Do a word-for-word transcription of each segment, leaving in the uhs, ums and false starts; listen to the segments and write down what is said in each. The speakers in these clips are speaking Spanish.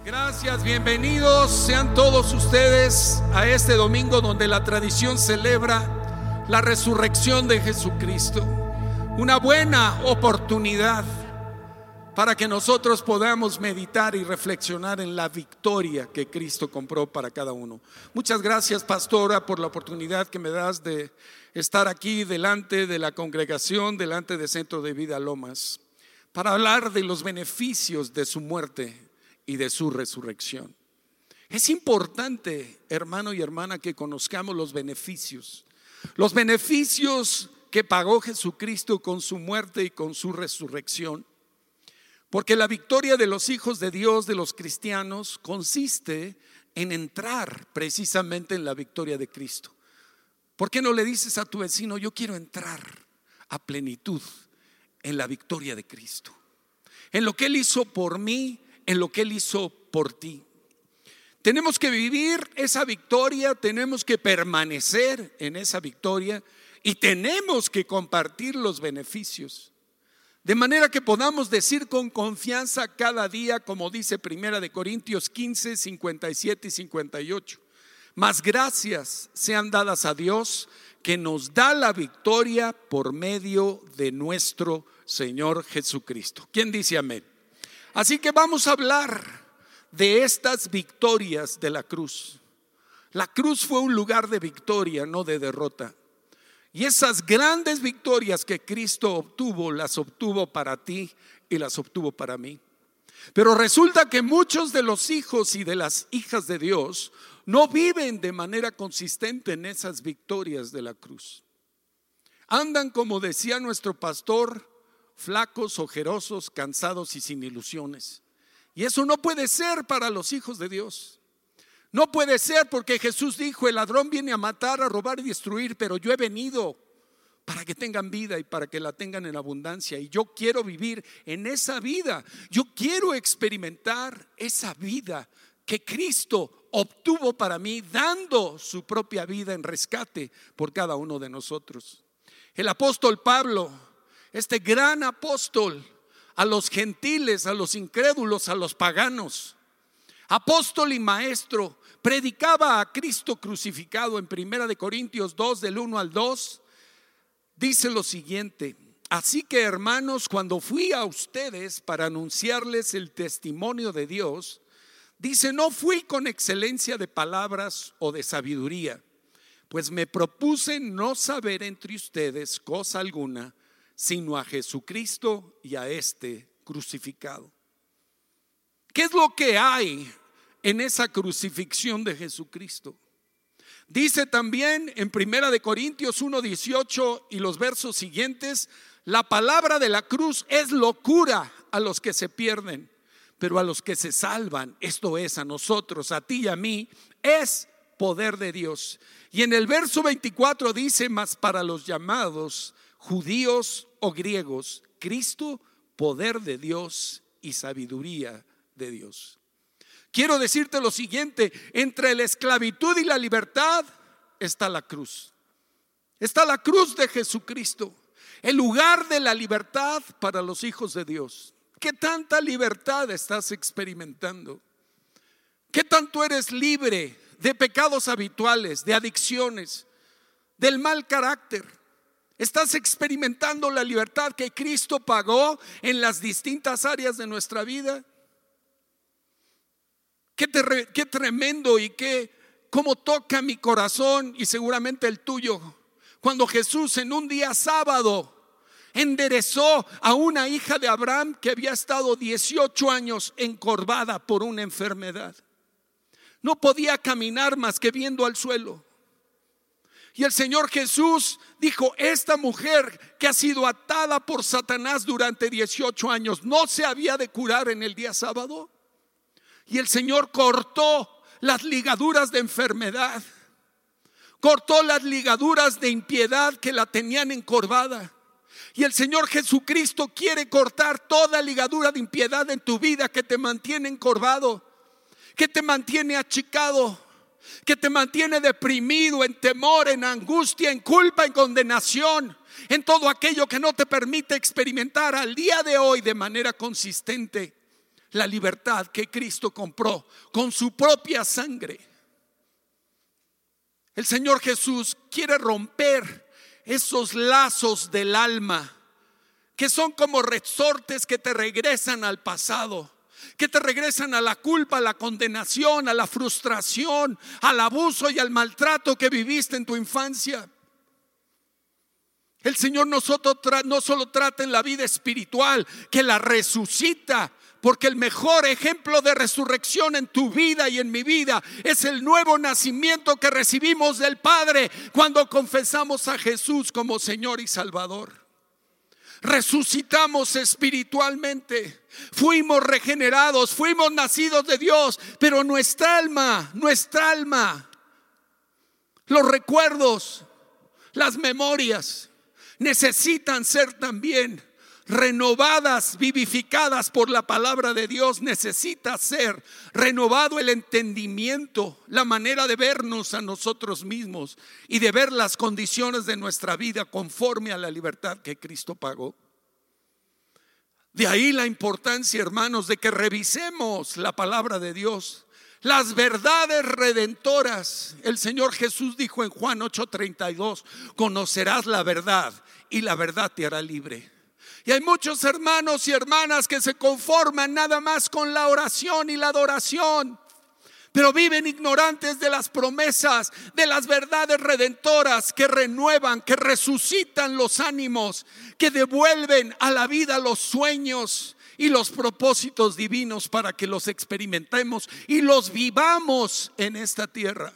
Gracias, bienvenidos sean todos ustedes a este domingo donde la tradición celebra la resurrección de Jesucristo. Una buena oportunidad para que nosotros podamos meditar y reflexionar en la victoria que Cristo compró para cada uno. Muchas gracias, pastora, por la oportunidad que me das de estar aquí delante de la congregación, delante de Centro de Vida Lomas, para hablar de los beneficios de su muerte y de su resurrección. Es importante, hermano y hermana, que conozcamos los beneficios, los beneficios que pagó Jesucristo con su muerte y con su resurrección. Porque la victoria de los hijos de Dios, de los cristianos, consiste en entrar precisamente en la victoria de Cristo. ¿Por qué no le dices a tu vecino: yo quiero entrar a plenitud en la victoria de Cristo, en lo que Él hizo por mí, en lo que Él hizo por ti? Tenemos que vivir esa victoria, tenemos que permanecer en esa victoria y tenemos que compartir los beneficios, de manera que podamos decir con confianza cada día, como dice Primera de Corintios quince, cincuenta y siete y cincuenta y ocho: mas gracias sean dadas a Dios, que nos da la victoria por medio de nuestro Señor Jesucristo. ¿Quién dice amén? Así que vamos a hablar de estas victorias de la cruz. La cruz fue un lugar de victoria, no de derrota. Y esas grandes victorias que Cristo obtuvo, las obtuvo para ti y las obtuvo para mí. Pero resulta que muchos de los hijos y de las hijas de Dios no viven de manera consistente en esas victorias de la cruz. Andan, como decía nuestro pastor, flacos, ojerosos, cansados y sin ilusiones. Y eso no puede ser para los hijos de Dios. No puede ser, porque Jesús dijo: el ladrón viene a matar, a robar y destruir, pero yo he venido para que tengan vida y para que la tengan en abundancia. Y yo quiero vivir en esa vida. Yo quiero experimentar esa vida que Cristo obtuvo para mí, dando su propia vida en rescate por cada uno de nosotros. El apóstol Pablo, este gran apóstol a los gentiles, a los incrédulos, a los paganos, apóstol y maestro, predicaba a Cristo crucificado. En Primera de Corintios dos, del uno al dos, dice lo siguiente: así que, hermanos, cuando fui a ustedes para anunciarles el testimonio de Dios, dice, no fui con excelencia de palabras o de sabiduría, pues me propuse no saber entre ustedes cosa alguna, sino a Jesucristo y a este crucificado. ¿Qué es lo que hay en esa crucifixión de Jesucristo? Dice también en Primera de Corintios uno dieciocho y los versos siguientes: la palabra de la cruz es locura a los que se pierden, pero a los que se salvan, esto es, a nosotros, a ti y a mí, es poder de Dios. Y en el verso veinticuatro dice: mas para los llamados, judíos o griegos, Cristo, poder de Dios y sabiduría de Dios. Quiero decirte lo siguiente: entre la esclavitud y la libertad está la cruz. Está la cruz de Jesucristo, el lugar de la libertad para los hijos de Dios. ¿Qué tanta libertad estás experimentando? ¿Qué tanto eres libre de pecados habituales, de adicciones, del mal carácter? ¿Estás experimentando la libertad que Cristo pagó en las distintas áreas de nuestra vida? Qué, ter- qué tremendo y qué cómo toca mi corazón y seguramente el tuyo, cuando Jesús en un día sábado enderezó a una hija de Abraham que había estado dieciocho años encorvada por una enfermedad. No podía caminar más que viendo al suelo. Y el Señor Jesús dijo: esta mujer que ha sido atada por Satanás durante dieciocho años, ¿no se había de curar en el día sábado? Y el Señor cortó las ligaduras de enfermedad, cortó las ligaduras de impiedad que la tenían encorvada. Y el Señor Jesucristo quiere cortar toda ligadura de impiedad en tu vida que te mantiene encorvado, que te mantiene achicado, que te mantiene deprimido, en temor, en angustia, en culpa, en condenación, en todo aquello que no te permite experimentar al día de hoy de manera consistente la libertad que Cristo compró con su propia sangre. El Señor Jesús quiere romper esos lazos del alma que son como resortes que te regresan al pasado, que te regresan a la culpa, a la condenación, a la frustración, al abuso y al maltrato que viviste en tu infancia. El Señor nosotros tra- no solo trata en la vida espiritual, que la resucita, porque el mejor ejemplo de resurrección en tu vida y en mi vida es el nuevo nacimiento que recibimos del Padre cuando confesamos a Jesús como Señor y Salvador. Resucitamos espiritualmente, fuimos regenerados, fuimos nacidos de Dios, pero nuestra alma, nuestra alma, los recuerdos, las memorias necesitan ser también renovadas, vivificadas por la palabra de Dios. Necesita ser renovado el entendimiento, la manera de vernos a nosotros mismos y de ver las condiciones de nuestra vida conforme a la libertad que Cristo pagó. De ahí la importancia, hermanos, de que revisemos la palabra de Dios, las verdades redentoras. El Señor Jesús dijo en Juan ocho treinta y dos: conocerás la verdad y la verdad te hará libre. Y hay muchos hermanos y hermanas que se conforman nada más con la oración y la adoración, pero viven ignorantes de las promesas, de las verdades redentoras que renuevan, que resucitan los ánimos, que devuelven a la vida los sueños y los propósitos divinos para que los experimentemos y los vivamos en esta tierra.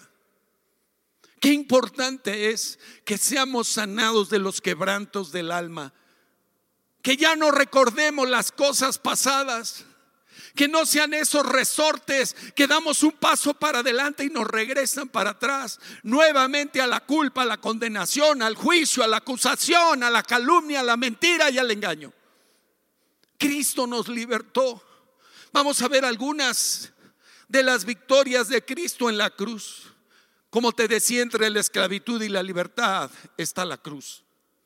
Qué importante es que seamos sanados de los quebrantos del alma, que ya no recordemos las cosas pasadas, que no sean esos resortes que damos un paso para adelante y nos regresan para atrás, nuevamente a la culpa, a la condenación, al juicio, a la acusación, a la calumnia, a la mentira y al engaño. Cristo nos libertó. Vamos a ver algunas de las victorias de Cristo en la cruz. Como te decía, entre la esclavitud y la libertad está la cruz.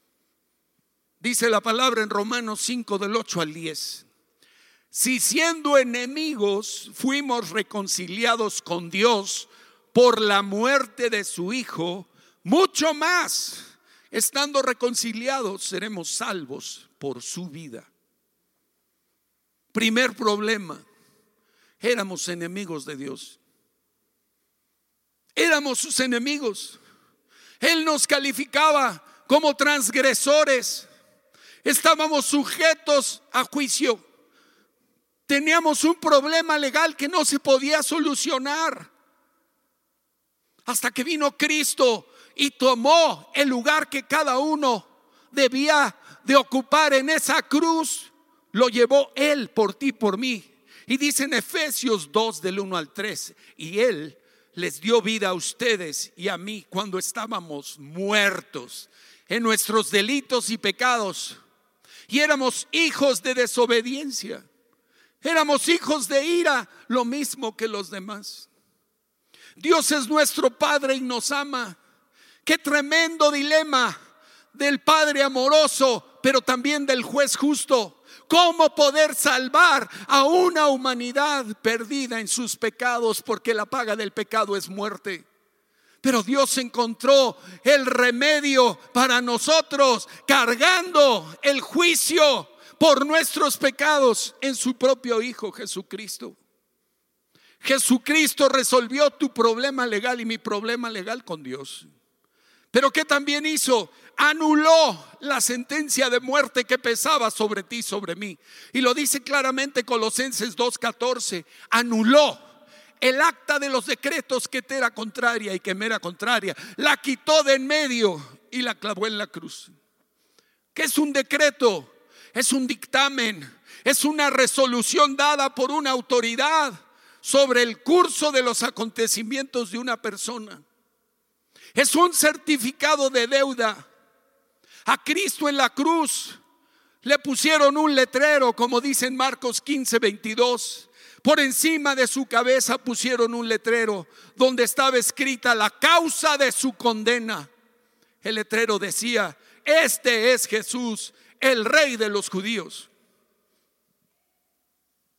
Dice la palabra en Romanos cinco del ocho al diez: si siendo enemigos fuimos reconciliados con Dios por la muerte de su Hijo, mucho más, estando reconciliados, seremos salvos por su vida. Primer problema: éramos enemigos de Dios. Éramos sus enemigos. Él nos calificaba como transgresores. Estábamos sujetos a juicio. Teníamos un problema legal que no se podía solucionar hasta que vino Cristo y tomó el lugar que cada uno debía de ocupar en esa cruz. Lo llevó Él por ti, por mí. Y dice en Efesios dos del uno al tres: y Él les dio vida a ustedes y a mí cuando estábamos muertos en nuestros delitos y pecados, y éramos hijos de desobediencia. Éramos hijos de ira, lo mismo que los demás. Dios es nuestro Padre y nos ama. Qué tremendo dilema del Padre amoroso, pero también del juez justo. ¿Cómo poder salvar a una humanidad perdida en sus pecados? Porque la paga del pecado es muerte. Pero Dios encontró el remedio para nosotros, cargando el juicio por nuestros pecados en su propio Hijo Jesucristo. Jesucristo resolvió tu problema legal y mi problema legal con Dios. Pero ¿qué también hizo? Anuló la sentencia de muerte que pesaba sobre ti y sobre mí. Y lo dice claramente Colosenses dos catorce. Anuló el acta de los decretos que te era contraria y que me era contraria. La quitó de en medio y la clavó en la cruz. ¿Qué es un decreto? Es un dictamen, es una resolución dada por una autoridad sobre el curso de los acontecimientos de una persona. Es un certificado de deuda. A Cristo en la cruz le pusieron un letrero, como dice en Marcos quince veintidós. Por encima de su cabeza pusieron un letrero donde estaba escrita la causa de su condena. El letrero decía: este es Jesús, el Rey de los judíos.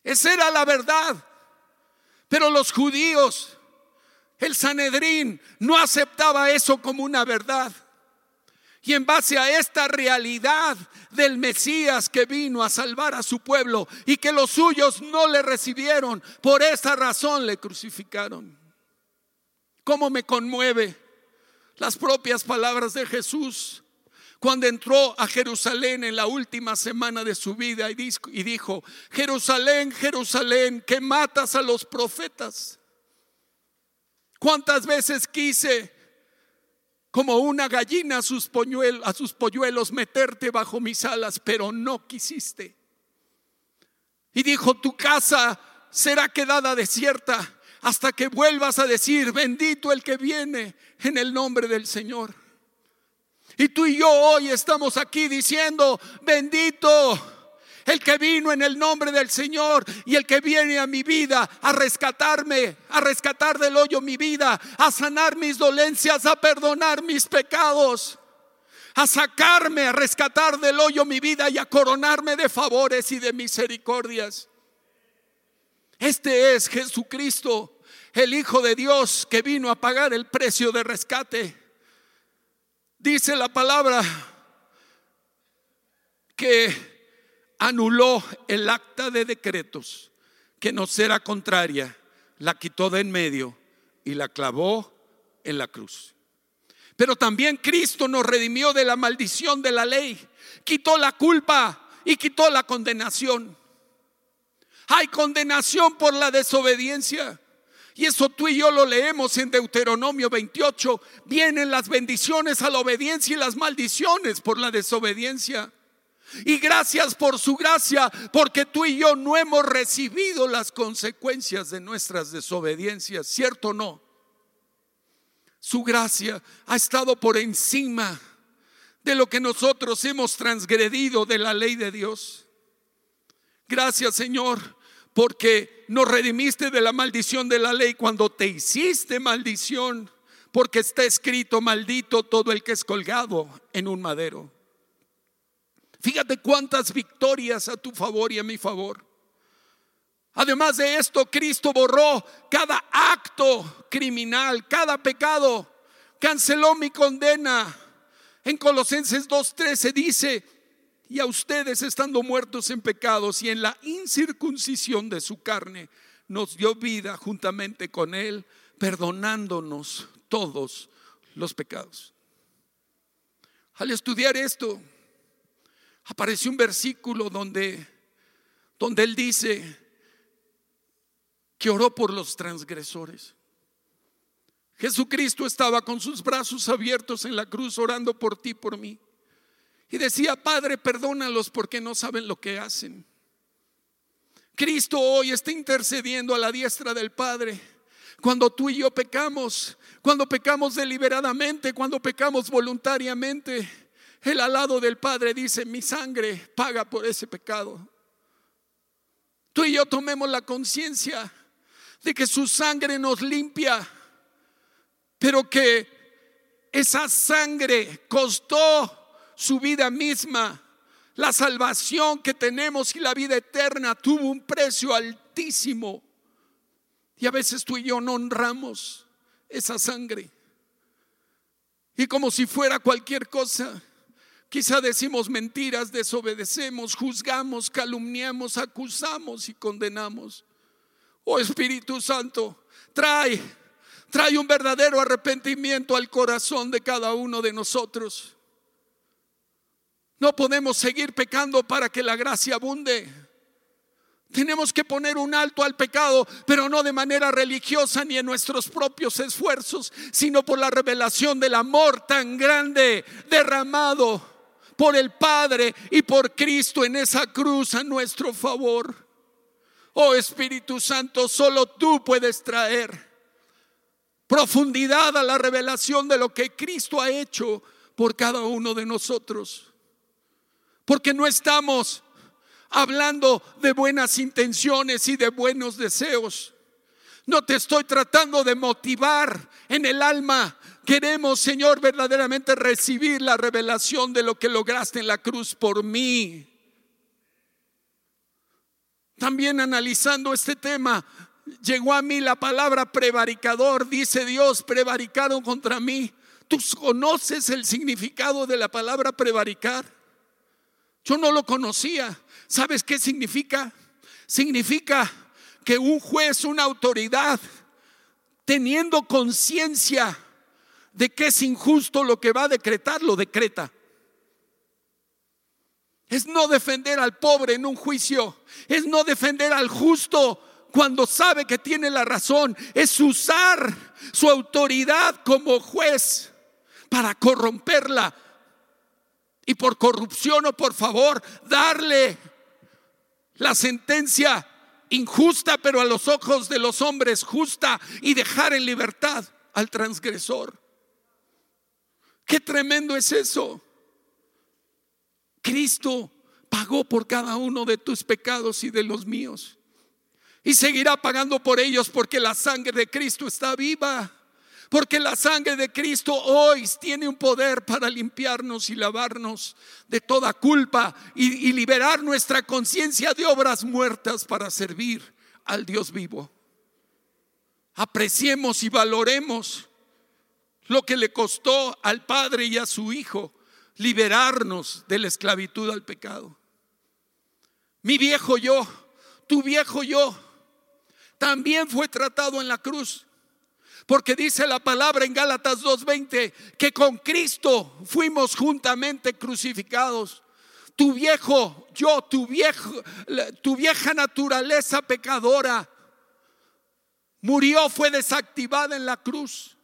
Esa era la verdad. Pero los judíos, el Sanedrín, no aceptaba eso como una verdad. Y en base a esta realidad del Mesías que vino a salvar a su pueblo y que los suyos no le recibieron, por esa razón le crucificaron. ¿Cómo me conmueve las propias palabras de Jesús cuando entró a Jerusalén en la última semana de su vida y dijo: Jerusalén, Jerusalén, que matas a los profetas? ¿Cuántas veces quise, como una gallina a sus polluelos, a sus polluelos, meterte bajo mis alas, pero no quisiste? Y dijo: tu casa será quedada desierta hasta que vuelvas a decir: bendito el que viene en el nombre del Señor. Y tú y yo hoy estamos aquí diciendo: bendito el que vino en el nombre del Señor, y el que viene a mi vida a rescatarme, a rescatar del hoyo mi vida, a sanar mis dolencias, a perdonar mis pecados, a sacarme, a rescatar del hoyo mi vida y a coronarme de favores y de misericordias. Este es Jesucristo, el Hijo de Dios, que vino a pagar el precio de rescate. Dice la palabra que anuló el acta de decretos que nos era contraria, la quitó de en medio y la clavó en la cruz. Pero también Cristo nos redimió de la maldición de la ley, quitó la culpa y quitó la condenación. Hay condenación por la desobediencia, y eso tú y yo lo leemos en Deuteronomio veintiocho. Vienen las bendiciones a la obediencia y las maldiciones por la desobediencia. Y gracias por su gracia, porque tú y yo no hemos recibido las consecuencias de nuestras desobediencias, ¿cierto o no? Su gracia ha estado por encima de lo que nosotros hemos transgredido de la ley de Dios. Gracias, Señor, porque nos redimiste de la maldición de la ley cuando te hiciste maldición, porque está escrito: maldito todo el que es colgado en un madero. Fíjate cuántas victorias a tu favor y a mi favor. Además de esto, Cristo borró cada acto criminal, cada pecado, canceló mi condena. En Colosenses dos trece dice: y a ustedes, estando muertos en pecados y en la incircuncisión de su carne, nos dio vida juntamente con él, perdonándonos todos los pecados. Al estudiar esto, apareció un versículo donde, donde él dice que oró por los transgresores. Jesucristo estaba con sus brazos abiertos en la cruz orando por ti, por mí, y decía: Padre, perdónalos porque no saben lo que hacen. Cristo hoy está intercediendo a la diestra del Padre. Cuando tú y yo pecamos, cuando pecamos deliberadamente, cuando pecamos voluntariamente, Él al lado del Padre dice: mi sangre paga por ese pecado. Tú y yo tomemos la conciencia de que su sangre nos limpia, pero que esa sangre costó su vida misma. La salvación que tenemos y la vida eterna tuvo un precio altísimo, y a veces tú y yo no honramos esa sangre, y como si fuera cualquier cosa, quizá decimos mentiras, desobedecemos, juzgamos, calumniamos, acusamos y condenamos. Oh Espíritu Santo, trae, trae un verdadero arrepentimiento al corazón de cada uno de nosotros. No podemos seguir pecando para que la gracia abunde. Tenemos que poner un alto al pecado, pero no de manera religiosa ni en nuestros propios esfuerzos, sino por la revelación del amor tan grande derramado por el Padre y por Cristo en esa cruz a nuestro favor. Oh Espíritu Santo, solo tú puedes traer profundidad a la revelación de lo que Cristo ha hecho por cada uno de nosotros. Porque no estamos hablando de buenas intenciones y de buenos deseos. No te estoy tratando de motivar en el alma. Queremos, Señor, verdaderamente recibir la revelación de lo que lograste en la cruz por mí. También analizando este tema, llegó a mí la palabra prevaricador. Dice Dios: prevaricaron contra mí. ¿Tú conoces el significado de la palabra prevaricar? Yo no lo conocía. ¿Sabes qué significa? Significa que un juez, una autoridad, teniendo conciencia de que es injusto lo que va a decretar, lo decreta. Es no defender al pobre en un juicio, es no defender al justo cuando sabe que tiene la razón, es usar su autoridad como juez para corromperla y por corrupción o por favor darle la sentencia injusta, pero a los ojos de los hombres justa, y dejar en libertad al transgresor. Qué tremendo es eso. Cristo pagó por cada uno de tus pecados y de los míos, y seguirá pagando por ellos, porque la sangre de Cristo está viva. Porque la sangre de Cristo hoy tiene un poder para limpiarnos y lavarnos de toda culpa y, y liberar nuestra conciencia de obras muertas para servir al Dios vivo. Apreciemos y valoremos lo que le costó al Padre y a su Hijo liberarnos de la esclavitud al pecado. Mi viejo yo, tu viejo yo, también fue tratado en la cruz. Porque dice la palabra en Gálatas dos veinte que con Cristo fuimos juntamente crucificados. Tu viejo yo, tu viejo, tu vieja naturaleza pecadora murió, fue desactivada en la cruz,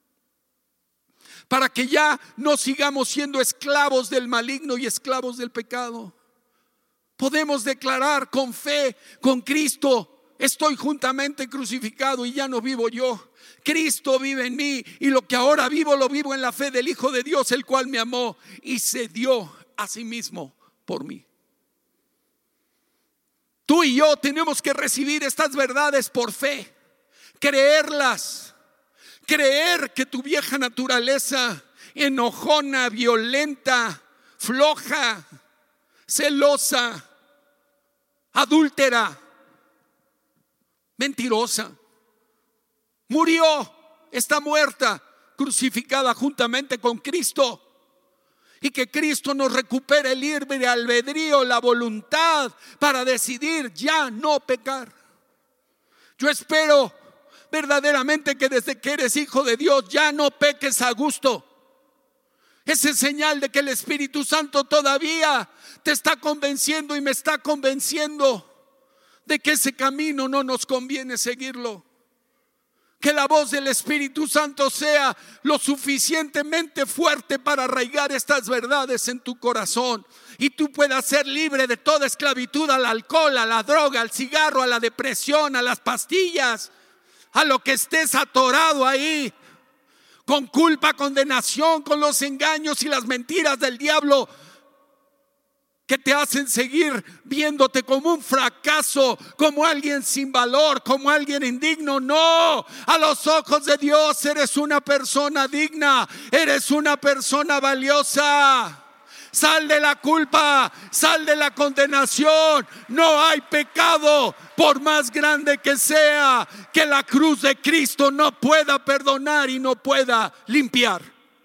para que ya no sigamos siendo esclavos del maligno y esclavos del pecado. Podemos declarar con fe: con Cristo estoy juntamente crucificado y ya no vivo yo. Cristo vive en mí, y lo que ahora vivo lo vivo en la fe del Hijo de Dios, el cual me amó y se dio a sí mismo por mí. Tú y yo tenemos que recibir estas verdades por fe, creerlas, creer que tu vieja naturaleza enojona, violenta, floja, celosa, adúltera, mentirosa, murió, está muerta, crucificada juntamente con Cristo, y que Cristo nos recupere el libre albedrío, la voluntad para decidir ya no pecar. Yo espero verdaderamente que desde que eres hijo de Dios ya no peques a gusto. Esa es señal de que el Espíritu Santo todavía te está convenciendo y me está convenciendo de que ese camino no nos conviene seguirlo. Que la voz del Espíritu Santo sea lo suficientemente fuerte para arraigar estas verdades en tu corazón, y tú puedas ser libre de toda esclavitud al alcohol, a la droga, al cigarro, a la depresión, a las pastillas, a lo que estés atorado ahí, con culpa, condenación, con los engaños y las mentiras del diablo que te hacen seguir viéndote como un fracaso, como alguien sin valor, como alguien indigno. No, a los ojos de Dios eres una persona digna, eres una persona valiosa. Sal de la culpa, sal de la condenación. No hay pecado, por más grande que sea, que la cruz de Cristo no pueda perdonar y no pueda limpiar.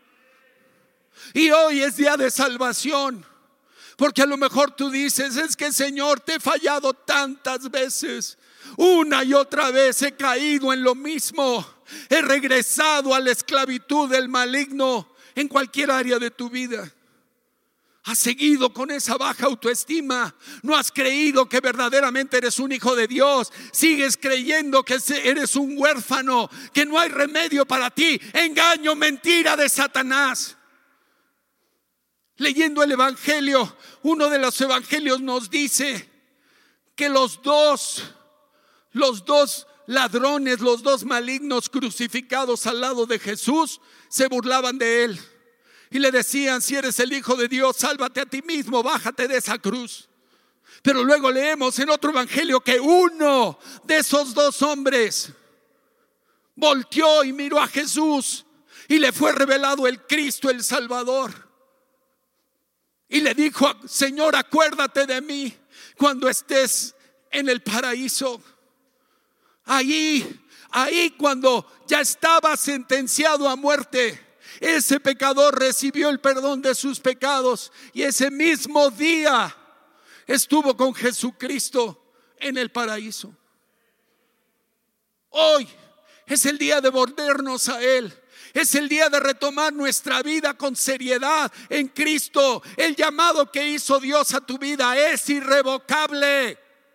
Y hoy es día de salvación. Porque a lo mejor tú dices: es que, Señor, te he fallado tantas veces, una y otra vez he caído en lo mismo, he regresado a la esclavitud del maligno en cualquier área de tu vida. Has seguido con esa baja autoestima, no has creído que verdaderamente eres un hijo de Dios, sigues creyendo que eres un huérfano, que no hay remedio para ti. Engaño, mentira de Satanás. Leyendo el Evangelio, uno de los evangelios nos dice que los dos, los dos ladrones, los dos malignos crucificados al lado de Jesús, se burlaban de él y le decían: si eres el Hijo de Dios, sálvate a ti mismo, bájate de esa cruz. Pero luego leemos en otro evangelio que uno de esos dos hombres volteó y miró a Jesús, y le fue revelado el Cristo, el Salvador. Y le dijo: Señor, acuérdate de mí cuando estés en el paraíso. Ahí, ahí cuando ya estaba sentenciado a muerte, ese pecador recibió el perdón de sus pecados y ese mismo día estuvo con Jesucristo en el paraíso. Hoy es el día de volvernos a Él. Es el día de retomar nuestra vida con seriedad en Cristo. El llamado que hizo Dios a tu vida es irrevocable.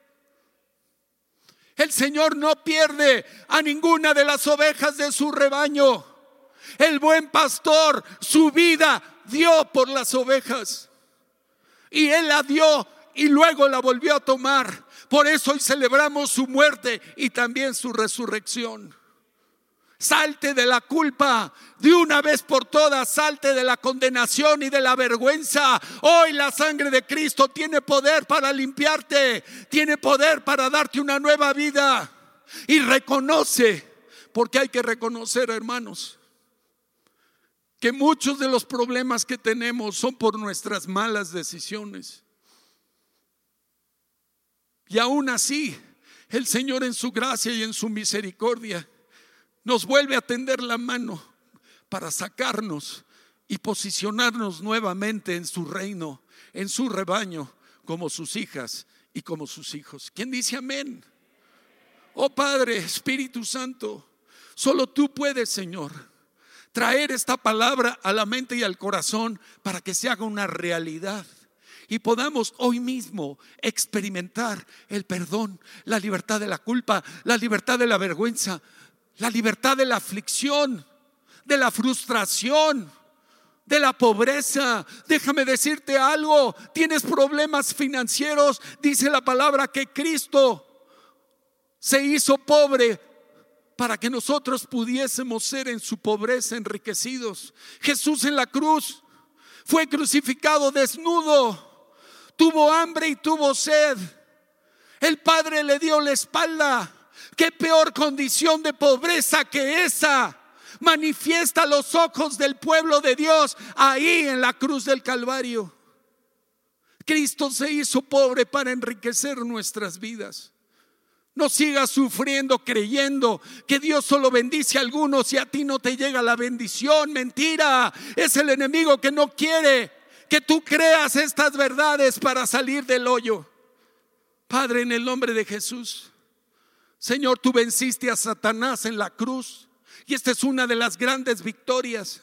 El Señor no pierde a ninguna de las ovejas de su rebaño. El buen pastor su vida dio por las ovejas. Y Él la dio y luego la volvió a tomar. Por eso hoy celebramos su muerte y también su resurrección. Salte de la culpa de una vez por todas, salte de la condenación y de la vergüenza. Hoy la sangre de Cristo tiene poder para limpiarte, tiene poder para darte una nueva vida. Y reconoce, porque hay que reconocer, hermanos, que muchos de los problemas que tenemos son por nuestras malas decisiones. Y aún así, el Señor en su gracia y en su misericordia nos vuelve a tender la mano para sacarnos y posicionarnos nuevamente en su reino, en su rebaño, como sus hijas y como sus hijos. ¿Quién dice amén? Oh Padre, Espíritu Santo, solo tú puedes, Señor, traer esta palabra a la mente y al corazón para que se haga una realidad. Y podamos hoy mismo experimentar el perdón, la libertad de la culpa, la libertad de la vergüenza, la libertad de la aflicción, de la frustración, de la pobreza. Déjame decirte algo, tienes problemas financieros, dice la palabra que Cristo se hizo pobre para que nosotros pudiésemos ser en su pobreza enriquecidos. Jesús en la cruz fue crucificado desnudo, tuvo hambre y tuvo sed. El Padre le dio la espalda. ¿Qué peor condición de pobreza que esa manifiesta a los ojos del pueblo de Dios ahí en la cruz del Calvario? Cristo se hizo pobre para enriquecer nuestras vidas. No sigas sufriendo creyendo que Dios solo bendice a algunos y a ti no te llega la bendición. Mentira, es el enemigo que no quiere que tú creas estas verdades para salir del hoyo. Padre, en el nombre de Jesús, Señor, tú venciste a Satanás en la cruz y esta es una de las grandes victorias.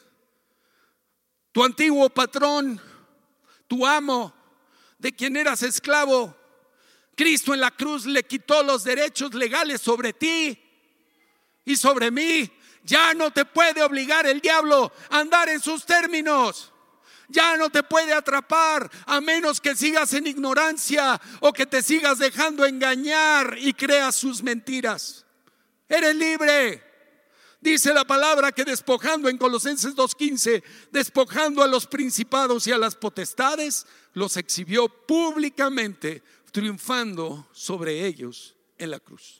Tu antiguo patrón, tu amo, de quien eras esclavo, Cristo en la cruz le quitó los derechos legales sobre ti y sobre mí. Ya no te puede obligar el diablo a andar en sus términos. Ya no te puede atrapar a menos que sigas en ignorancia o que te sigas dejando engañar y creas sus mentiras. Eres libre. Dice la palabra que despojando en Colosenses dos quince, despojando a los principados y a las potestades, los exhibió públicamente, triunfando sobre ellos en la cruz.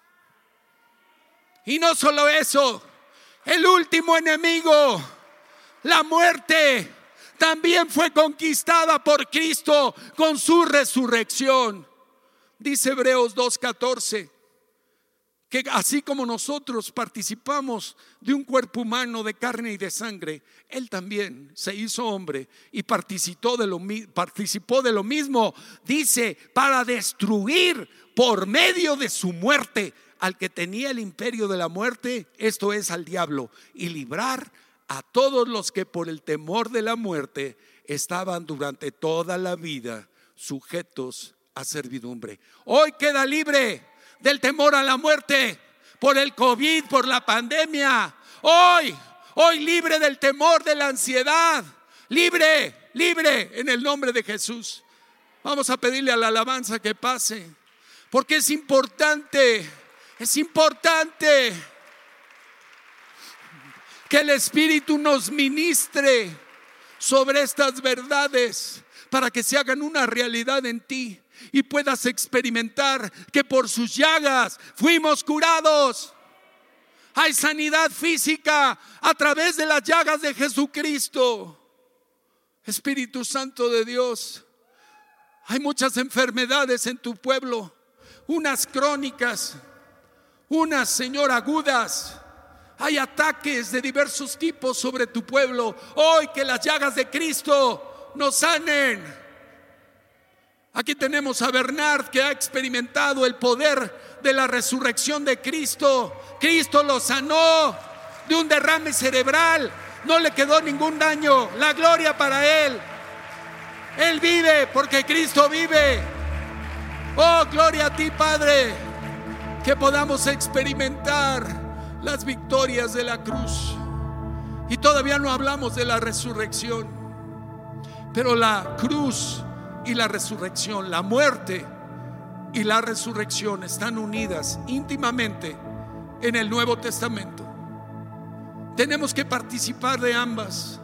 Y no solo eso, el último enemigo, la muerte, también fue conquistada por Cristo con su resurrección. Dice Hebreos dos catorce que así como nosotros participamos de un cuerpo humano de carne y de sangre, Él también se hizo hombre y participó de lo, participó de lo mismo. Dice, para destruir por medio de su muerte al que tenía el imperio de la muerte, esto es al diablo, y librar a todos los que por el temor de la muerte estaban durante toda la vida sujetos a servidumbre. Hoy queda libre del temor a la muerte por el COVID, por la pandemia. Hoy, hoy libre del temor de la ansiedad. Libre, libre en el nombre de Jesús. Vamos a pedirle a la alabanza que pase, porque es importante, es importante que el Espíritu nos ministre sobre estas verdades para que se hagan una realidad en ti y puedas experimentar que por sus llagas fuimos curados. Hay sanidad física a través de las llagas de Jesucristo. Espíritu Santo de Dios, hay muchas enfermedades en tu pueblo, unas crónicas, unas, Señor, agudas. Hay ataques de diversos tipos sobre tu pueblo. Hoy que las llagas de Cristo nos sanen. Aquí tenemos a Bernard, que ha experimentado el poder de la resurrección de Cristo. Cristo lo sanó de un derrame cerebral. No le quedó ningún daño. La gloria para él. Él vive porque Cristo vive. Oh, gloria a ti, Padre. Que podamos experimentar las victorias de la cruz. Y todavía no hablamos de la resurrección, pero la cruz y la resurrección, la muerte y la resurrección están unidas íntimamente en el Nuevo Testamento. Tenemos que participar de ambas.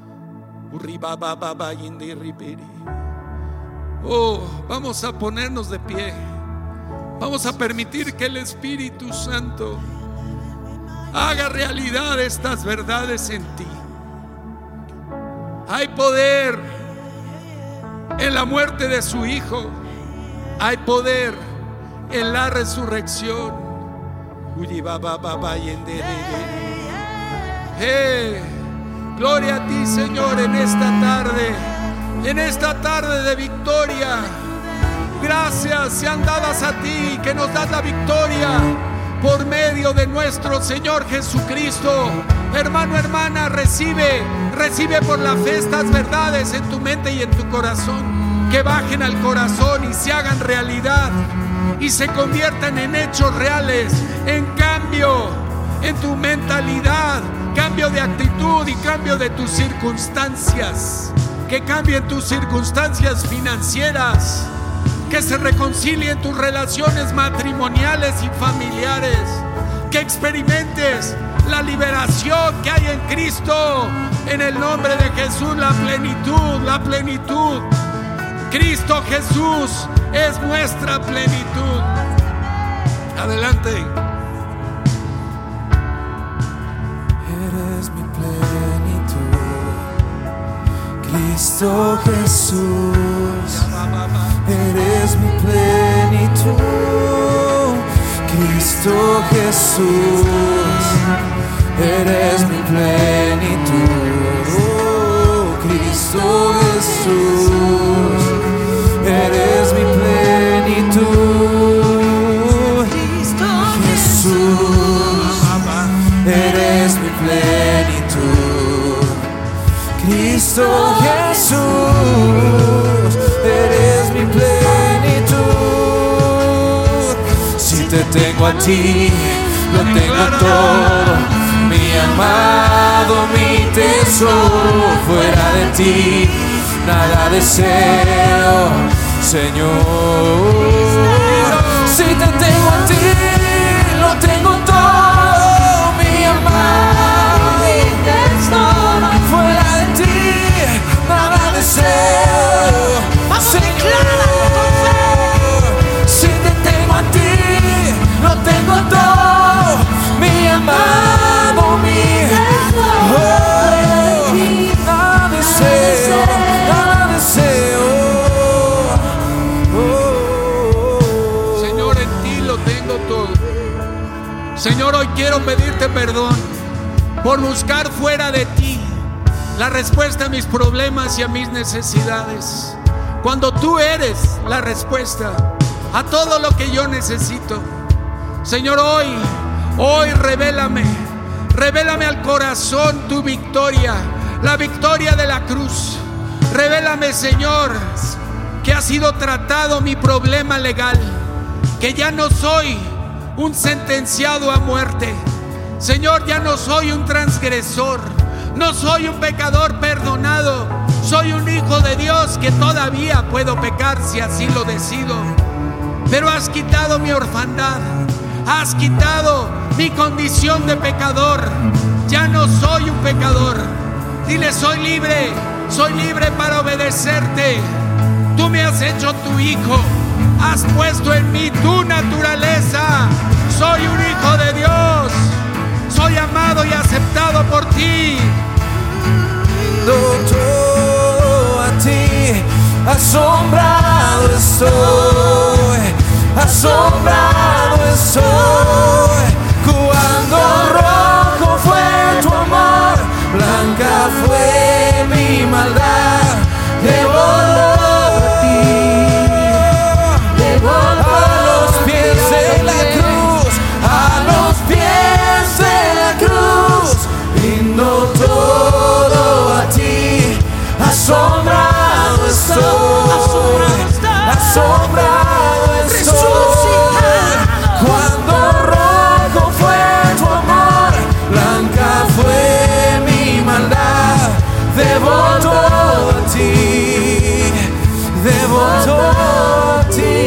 Oh, vamos a ponernos de pie. Vamos a permitir que el Espíritu Santo haga realidad estas verdades en ti. Hay poder en la muerte de su Hijo. Hay poder en la resurrección. Hey, gloria a ti, Señor, en esta tarde, en esta tarde de victoria. Gracias sean dadas a ti, que nos das la victoria por medio de nuestro Señor Jesucristo. Hermano, hermana, recibe, recibe por la fe estas verdades en tu mente y en tu corazón, que bajen al corazón y se hagan realidad y se conviertan en hechos reales, en cambio en tu mentalidad, cambio de actitud y cambio de tus circunstancias. Que cambien tus circunstancias financieras, que se reconcilien tus relaciones matrimoniales y familiares, que experimentes la liberación que hay en Cristo. En el nombre de Jesús, la plenitud, la plenitud. Cristo Jesús es nuestra plenitud. Adelante. Eres mi plenitud, Cristo Jesús. Eres mi plenitud, Cristo Jesús. Eres mi plenitud, oh, Cristo Jesús. Eres mi plenitud, Cristo Jesús. Eres mi plenitud, Cristo Jesús. Eres mi plenitud. Si te tengo a ti, lo tengo todo, mi amado, mi tesoro. Fuera de ti nada deseo, Señor. Si te tengo a ti, lo tengo todo, mi amado, mi tesoro. Fuera de ti nada deseo. Vamos, declara con fe. Si te tengo a ti, lo tengo todo, mi amado, mi oh, nada deseo, nada deseo. Oh, oh. Señor, en ti lo tengo todo. Señor, hoy quiero pedirte perdón por buscar fuera de ti la respuesta a mis problemas y a mis necesidades, cuando tú eres la respuesta a todo lo que yo necesito. Señor, hoy, hoy revélame, revélame al corazón tu victoria, la victoria de la cruz. Revélame, Señor, que ha sido tratado mi problema legal, que ya no soy un sentenciado a muerte. Señor, ya no soy un transgresor, no soy un pecador perdonado. Soy un hijo de Dios que todavía puedo pecar si así lo decido. Pero has quitado mi orfandad, has quitado mi condición de pecador. Ya no soy un pecador. Dile, soy libre, soy libre para obedecerte. Tú me has hecho tu hijo, has puesto en mí tu naturaleza. Soy un hijo de Dios, soy amado y aceptado por ti. Todo a ti, asombrado estoy, asombrado estoy. Cuando rojo fue tu amor, blanca fue mi maldad. Debo a ti, debo a los pies de la cruz, a los pies de la cruz, rindo todo a ti. Asombrado estoy, asombrado estoy. Cuando rojo fue tu amor, blanca fue mi maldad. Debo todo a ti, debo todo a ti.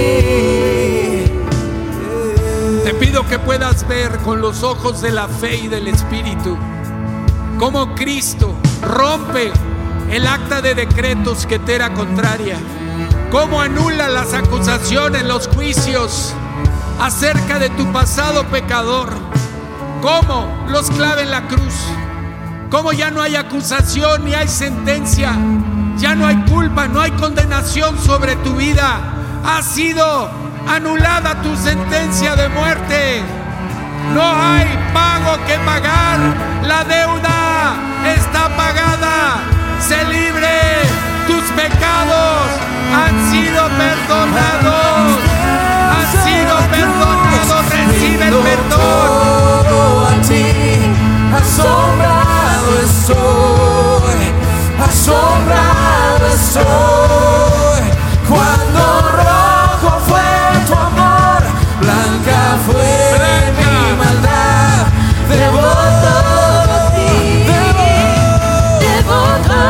Te pido que puedas ver con los ojos de la fe y del Espíritu cómo Cristo rompe el acta de decretos que te era contraria, cómo anula las acusaciones, los juicios acerca de tu pasado pecador, cómo los clava en la cruz, cómo ya no hay acusación ni hay sentencia, ya no hay culpa, no hay condenación sobre tu vida. Ha sido anulada tu sentencia de muerte. No hay pago que pagar, la deuda está pagada. Sé libre, tus pecados han sido perdonados, han sido perdonados, recibe el perdón. Todo a ti, asombrado estoy, asombrado estoy. Cuando rojo fue tu amor, blanca fue mi maldad. Debo todo a ti, debo todo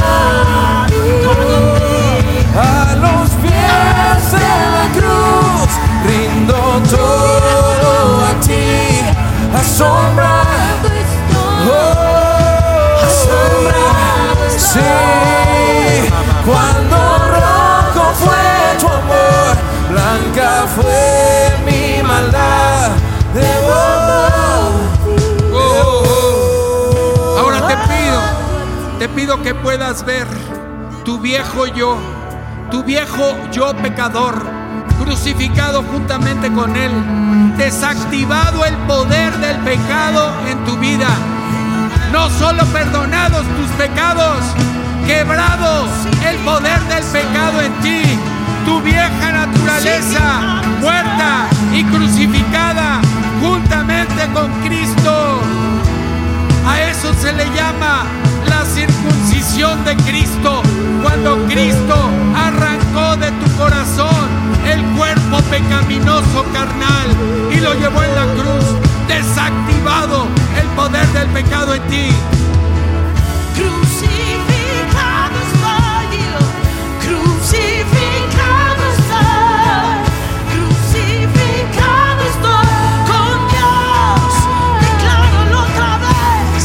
a los pies de la cruz, rindo todo a ti. Asombrado estoy, oh, asombrado estoy. Sí, cuando rojo fue tu amor, blanca fue mi maldad. Debo Oh, oh, oh. Ahora te pido, te pido que puedas ver tu viejo yo, tu viejo yo pecador, crucificado juntamente con él, desactivado el poder del pecado en tu vida. No solo perdonados tus pecados, quebrado el poder del pecado en ti. Tu vieja naturaleza muerta y crucificada juntamente con Cristo. A eso se le llama la circuncisión de Cristo, cuando Cristo arrancó de tu corazón el cuerpo pecaminoso carnal y lo llevó en la cruz, desactivado el poder del pecado en ti. Crucificado estoy, crucificado estoy, crucificado estoy con Dios. Decláralo otra vez.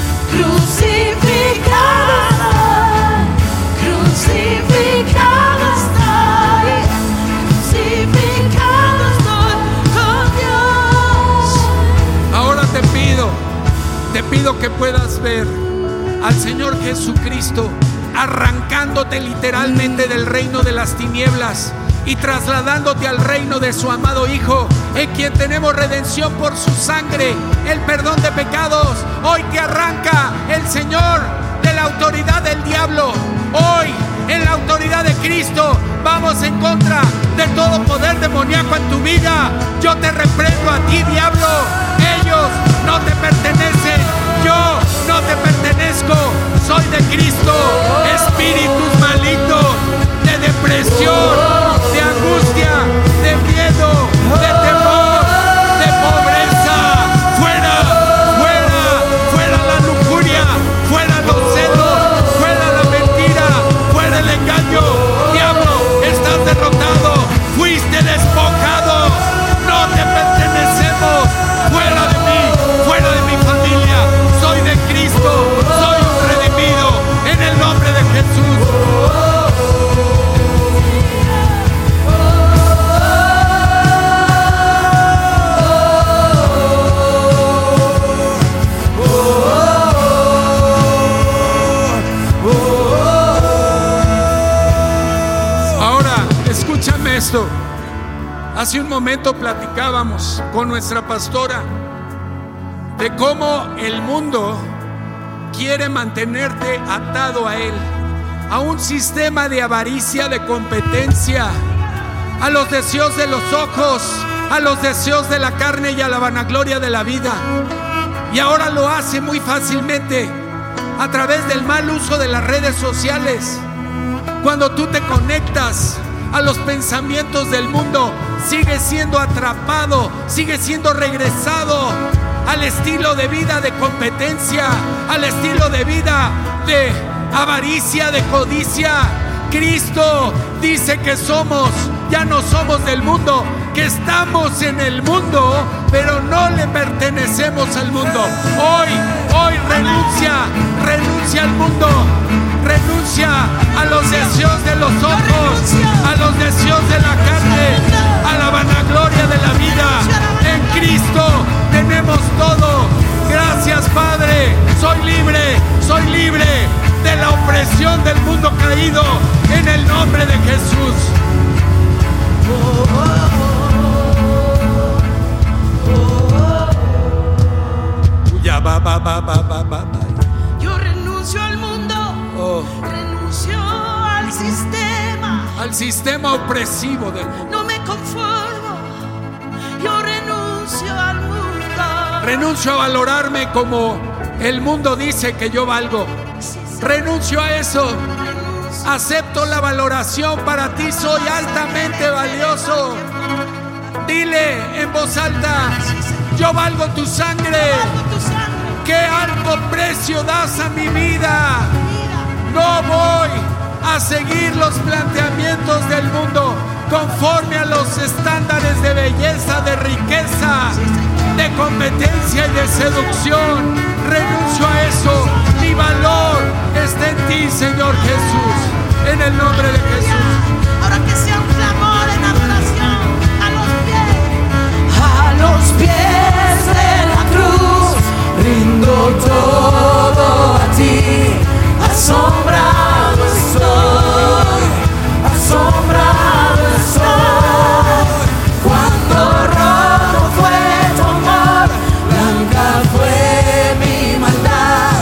Crucificado, crucificado estoy, crucificado estoy con Dios. Ahora te pido, te pido que puedas ver al Señor Jesucristo arrancándote literalmente del reino de las tinieblas y trasladándote al reino de su amado Hijo, en quien tenemos redención por su sangre, el perdón de pecados. Hoy te arranca el Señor de la autoridad del diablo. Hoy, en la autoridad de Cristo, vamos en contra de todo poder demoníaco en tu vida. Yo te reprendo a ti, diablo. Ellos no te pertenecen. Yo no te pertenezco. Soy de Cristo. Espíritus malignos de depresión, de angustia, de miedo, de temor, de pobreza. Fuera, fuera, fuera la lujuria, fuera los celos, fuera la mentira, fuera el engaño. Diablo, estás derrotado. Fuiste despojado. No te pertenecemos. Fuera de mí, fuera de mi familia. Soy de Cristo. Soy un redimido en el nombre de Jesús. Ahora, escúchame esto. Hace un momento platicábamos con nuestra pastora de cómo el mundo quiere mantenerte atado a él, a un sistema de avaricia, de competencia, a los deseos de los ojos, a los deseos de la carne y a la vanagloria de la vida. Y ahora lo hace muy fácilmente a través del mal uso de las redes sociales. Cuando tú te conectas a los pensamientos del mundo, sigues siendo atrapado, sigues siendo regresado al estilo de vida de competencia, al estilo de vida de avaricia, de codicia. Cristo dice que somos, ya no somos del mundo, que estamos en el mundo, pero no le pertenecemos al mundo. Hoy, hoy renuncia, renuncia al mundo, renuncia a los deseos de los ojos, a los deseos de la carne, a la vanagloria de la vida. En Cristo tenemos todo. Gracias, Padre. Soy libre, soy libre de la opresión del mundo caído, en el nombre de Jesús. Ya va, va, va, va, va, va. Yo renuncio al mundo, Oh. renuncio al sistema, Al sistema opresivo del mundo. no me conformo. Yo renuncio al mundo. Renuncio a valorarme como el mundo dice que yo valgo. Renuncio a eso. Acepto la valoración. Para ti soy altamente valioso. Dile en voz alta: yo valgo tu sangre. Valgo tu sangre, Qué alto precio das a mi vida. vida. No voy a seguir los planteamientos del mundo conforme a los estándares de belleza, de riqueza, de competencia y de seducción. Renuncio a eso. Mi valor está en ti, Señor Jesús. En el nombre de Jesús. Ahora que sea un clamor en adoración a los pies. A los pies de la cruz rindo todo a ti. Asombrado estoy, asombrado estoy. Cuando rojo fue tu amor, blanca fue mi maldad.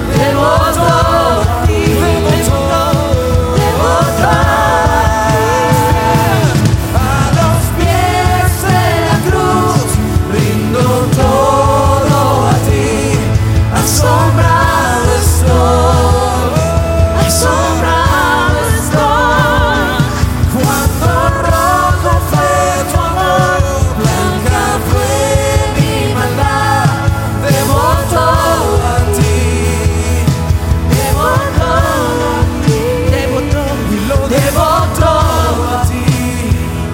Devoto a ti, devoto, devoto a ti. A los pies de la cruz rindo todo a ti. Asombrado estoy, asombrado estoy. Cuando rojo fue tu amor, blanca fue mi maldad. Devoto a ti, devoto a ti, devoto, devoto a ti,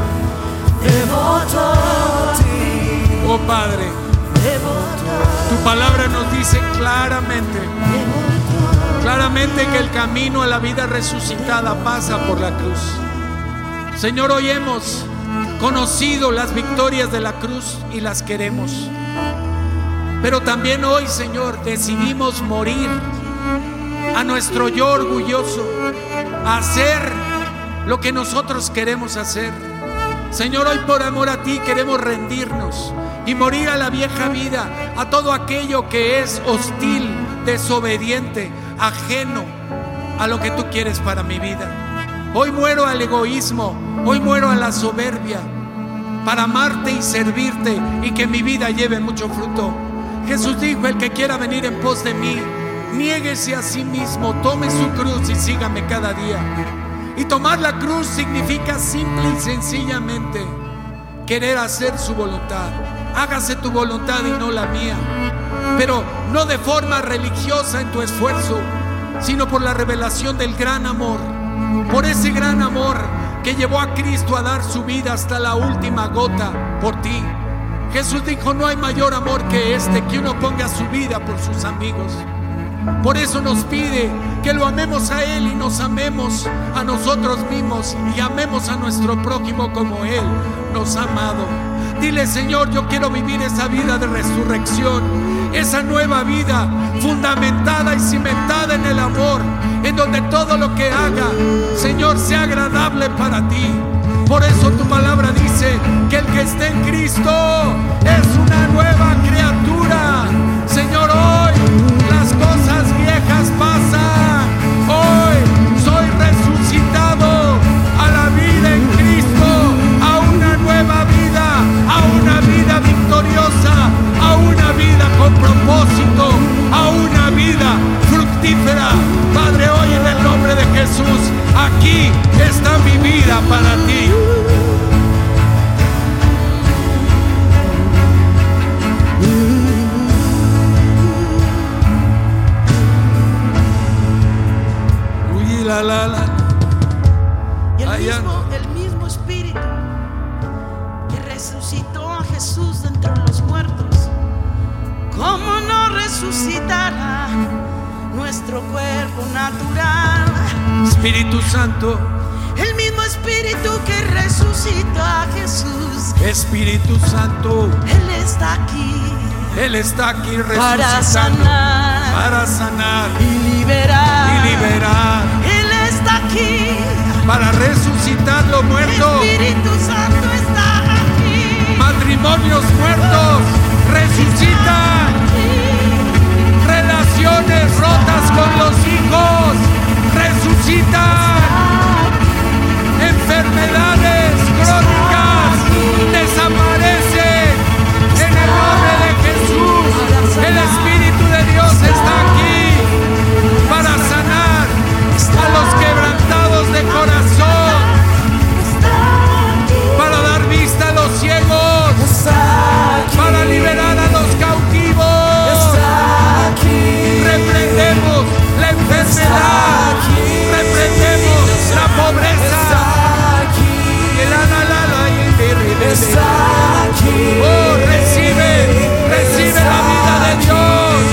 devoto a ti, Oh Padre, tu palabra nos dice claramente, claramente que el camino a la vida resucitada pasa por la cruz. Señor, hoy hemos conocido las victorias de la cruz y las queremos. Pero también hoy, Señor, decidimos morir a nuestro yo orgulloso, a hacer lo que nosotros queremos hacer. Señor, hoy por amor a ti queremos rendirnos y morir a la vieja vida, a todo aquello que es hostil, desobediente, ajeno a lo que tú quieres para mi vida. Hoy muero al egoísmo, hoy muero a la soberbia, para amarte y servirte y que mi vida lleve mucho fruto. Jesús dijo: el que quiera venir en pos de mí, niéguese a sí mismo, tome su cruz y sígame cada día. Y tomar la cruz significa simple y sencillamente querer hacer su voluntad. Hágase tu voluntad y no la mía, pero no de forma religiosa en tu esfuerzo, sino por la revelación del gran amor, por ese gran amor que llevó a Cristo a dar su vida hasta la última gota por ti. Jesús dijo: no hay mayor amor que este, que uno ponga su vida por sus amigos. Por eso nos pide que lo amemos a Él y nos amemos a nosotros mismos y amemos a nuestro prójimo como Él nos ha amado. Dile: Señor, yo quiero vivir esa vida de resurrección, esa nueva vida fundamentada y cimentada en el amor, en donde todo lo que haga, Señor, sea agradable para ti. Por eso tu palabra dice dice que el que está en Cristo es una nueva criatura. Señor, hoy las cosas viejas pasan. Hoy soy resucitado a la vida en Cristo, a una nueva vida, a una vida victoriosa, a una vida con propósito, a una vida fructífera. Padre, hoy en el nombre de Jesús, aquí está mi vida para ti. Uy, la, la, la. Y el Allá. mismo, el mismo Espíritu que resucitó a Jesús de entre los muertos, ¿cómo no resucitará nuestro cuerpo natural? Espíritu Santo, El mismo Espíritu que resucitó a Jesús, Espíritu Santo, Él está aquí Él está aquí para resucitando sanar para sanar y liberar. y liberar, Él está aquí. para resucitar lo muerto. Espíritu Santo está aquí. Matrimonios muertos resucitan, relaciones rotas con los hijos resucitan, enfermedades crónicas desaparecen en el nombre de Jesús. El Espíritu de Dios está aquí para sanar a los quebrantados de corazón, para dar vista a los ciegos, para liberar a los cautivos. Reprendemos la enfermedad, reprendemos la pobreza. Y el analala y el derribe. Oh, recibe, recibe la vida de Dios.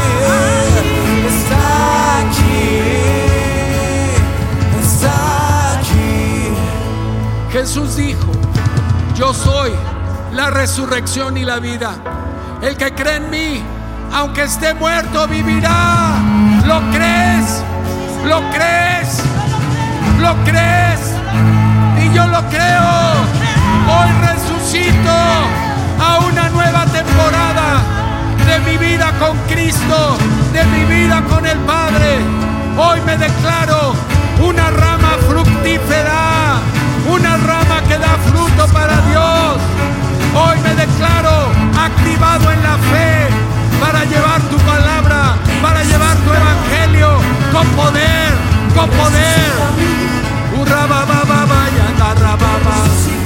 Jesús dijo: yo soy la resurrección y la vida. El que cree en mí, aunque esté muerto, vivirá. ¿Lo crees? ¿Lo crees? ¿Lo crees? Y yo lo creo. Hoy resucito a una nueva temporada de mi vida con Cristo, de mi vida con el Padre. Hoy me declaro una rama fructífera, una rama que da fruto para Dios. Hoy me declaro activado en la fe para llevar tu palabra, para llevar tu evangelio con poder, con poder. Urra baba baba y agarra baba.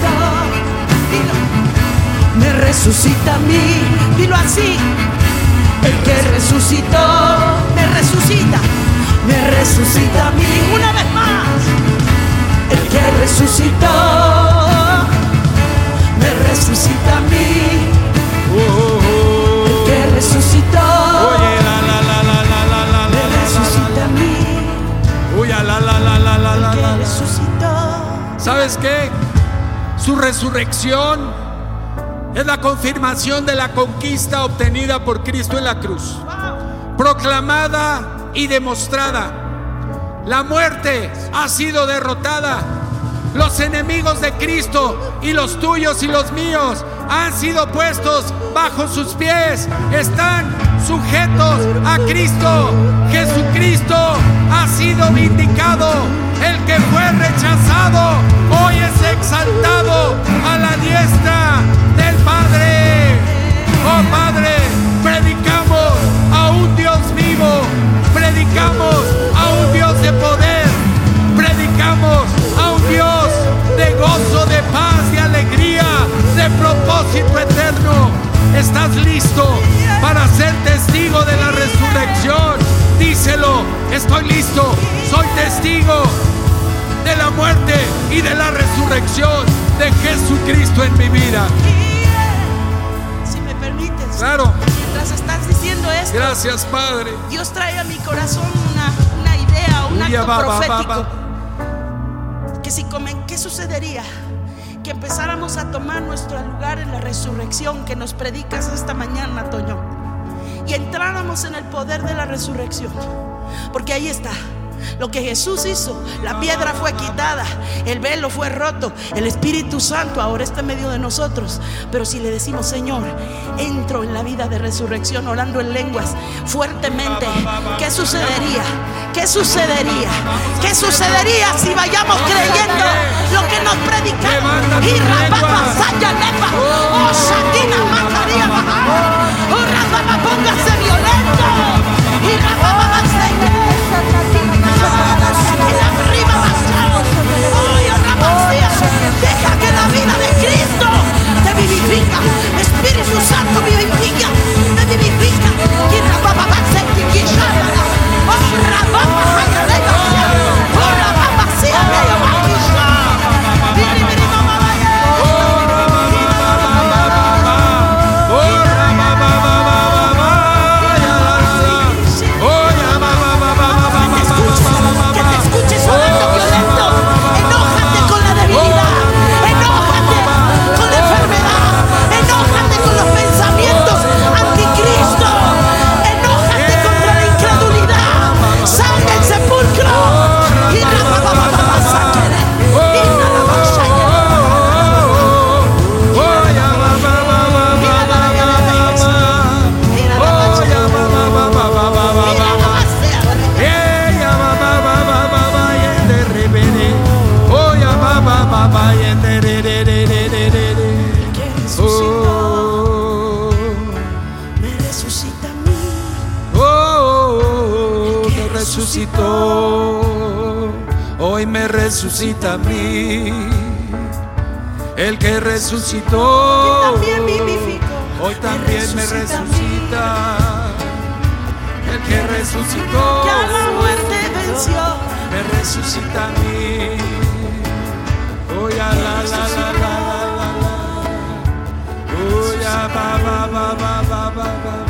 Me resucita a mí, dilo así. El que resucitó, me resucita, me resucita a mí. Una vez más. El que resucitó, me resucita a mí. Oh, oh, oh. El que resucitó, Oye, la la la la la la la me la resucita a mí. Oye, la la la la la la El que la. resucitó. ¿Sabes qué? Su resurrección es la confirmación de la conquista obtenida por Cristo en la cruz, proclamada y demostrada. La muerte ha sido derrotada. Los enemigos de Cristo y los tuyos y los míos han sido puestos bajo sus pies. Están sujetos a Cristo. Jesucristo ha sido vindicado. El que fue rechazado hoy es exaltado a la diestra del Padre. Oh Padre, predicamos a un Dios vivo, predicamos a un Dios de poder, predicamos a un Dios de gozo, de paz, de alegría, de propósito eterno. ¿Estás listo para ser testigo de la resurrección? Díselo: estoy listo, soy testigo de la muerte y de la resurrección de Jesucristo en mi vida. Si me permites, Claro. mientras estás diciendo esto, Gracias, Padre. Dios trae a mi corazón una, una idea, un Uy, acto va, va, va, profético. va. Que si comen, ¿qué sucedería? Que empezáramos a tomar nuestro lugar en la resurrección que nos predicas esta mañana, Toño, y entráramos en el poder de la resurrección, porque ahí está. Lo que Jesús hizo, la piedra fue quitada, el velo fue roto, el Espíritu Santo ahora está en medio de nosotros. Pero si le decimos: Señor, entro en la vida de resurrección orando en lenguas fuertemente, ¿qué sucedería? ¿Qué sucedería? ¿Qué sucedería si vayamos creyendo lo que nos predicamos? Y rapapa, saya, lepa, oh, shatina, mataría, oh, rapapa, póngase violento. Y rapapa, saya. Deja que la vida de Cristo te vivifica. Espíritu Santo vivifica, me vivifica. resucitó, hoy me resucita a mí. El que resucitó, también vivificó, hoy también me resucita. El que resucitó, ya la muerte venció, me resucita a mí. Oh, ya la la la la la la la. Oh, ya ba ba ba ba ba ba ba.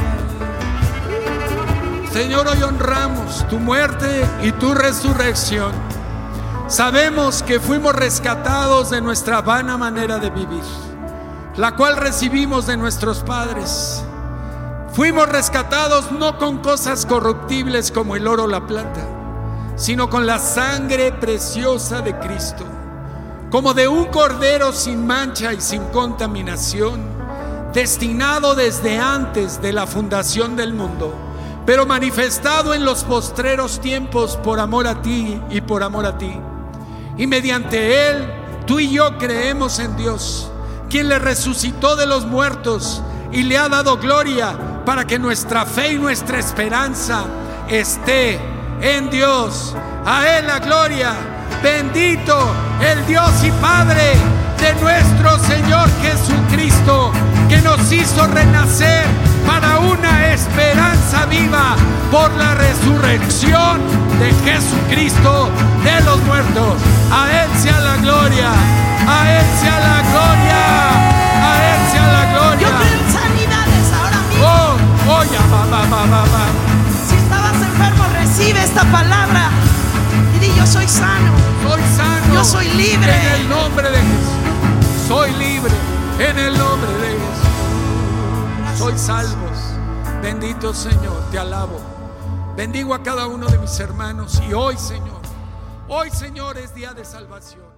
Señor, hoy honramos tu muerte y tu resurrección. Sabemos que fuimos rescatados de nuestra vana manera de vivir, la cual recibimos de nuestros padres. Fuimos rescatados no con cosas corruptibles como el oro o la plata, sino con la sangre preciosa de Cristo, como de un cordero sin mancha y sin contaminación, destinado desde antes de la fundación del mundo, pero manifestado en los postreros tiempos por amor a ti y por amor a ti. Y mediante él, tú y yo creemos en Dios, quien le resucitó de los muertos y le ha dado gloria, para que nuestra fe y nuestra esperanza esté en Dios. A él la gloria. Bendito el Dios y Padre de nuestro Señor Jesucristo, que nos hizo renacer para una esperanza viva por la resurrección de Jesucristo de los muertos. A él sea la gloria, a él sea la gloria, a él sea la gloria. Yo creo en sanidades ahora mismo. Oh, oh, ya, va, va, va, va, va. Si estabas enfermo, recibe esta palabra y di: yo soy sano, Soy sano. yo soy libre. En el nombre de Jesús. Soy libre en el nombre de Jesús. Soy salvo. Bendito Señor, te alabo. Bendigo a cada uno de mis hermanos. Y hoy, Señor, hoy, Señor, es día de salvación.